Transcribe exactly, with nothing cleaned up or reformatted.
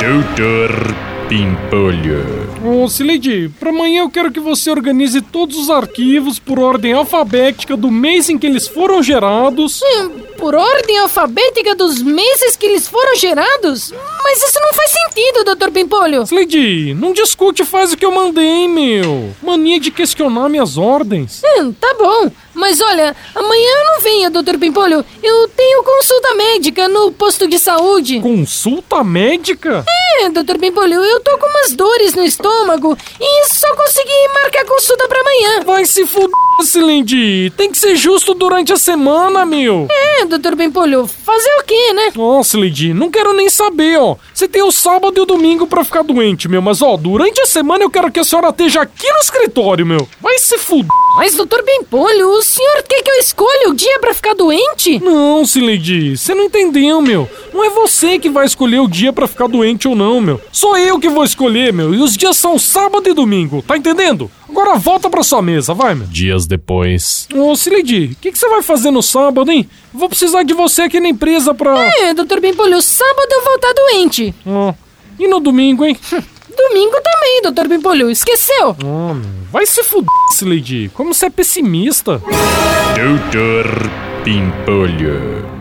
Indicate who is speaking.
Speaker 1: doutor Pimpolho.
Speaker 2: Ô, Sileidi, pra amanhã eu quero que você organize todos os arquivos por ordem alfabética do mês em que eles foram gerados.
Speaker 3: Hum, por ordem alfabética dos meses que eles foram gerados? Mas isso não faz sentido, doutor Pimpolho.
Speaker 2: Sileidi, não discute, faz o que eu mandei, meu. Mania de questionar minhas ordens.
Speaker 3: Hum, tá bom. Mas olha, amanhã eu não venho, doutor Pimpolho. Eu tenho consulta médica no posto de saúde.
Speaker 2: Consulta médica?
Speaker 3: É, doutor Pimpolho, eu tô com umas dores no estômago e só consegui marcar consulta pra amanhã.
Speaker 2: Vai se fuder, Sileidi. Tem que ser justo durante a semana, meu.
Speaker 3: É, doutor Pimpolho, fazer o quê, né?
Speaker 2: Ó, Sileidi, não quero nem saber, ó. Você tem o sábado e o domingo pra ficar doente, meu. Mas, ó, durante a semana eu quero que a senhora esteja aqui no escritório, meu. Vai se fuder.
Speaker 3: Mas, doutor Pimpolho, o senhor quer que eu escolha o dia pra ficar doente?
Speaker 2: Não, Sileidi, você não entendeu, meu. Não é você que vai escolher o dia pra ficar doente ou não, meu. Sou eu que vou escolher, meu. E os dias são sábado e domingo, tá entendendo? Agora volta pra sua mesa, vai, meu.
Speaker 1: Dias depois.
Speaker 2: Ô, Sileidi, o que, que você vai fazer no sábado, hein? Vou precisar de você aqui na empresa pra...
Speaker 3: É, doutor Pimpolho, sábado eu vou estar doente.
Speaker 2: Ó, e no domingo, hein?
Speaker 3: Domingo também, doutor Pimpolho, esqueceu?
Speaker 2: Ó, meu, vai se fuder, Sileidi. Como você é pessimista.
Speaker 1: doutor Pimpolho.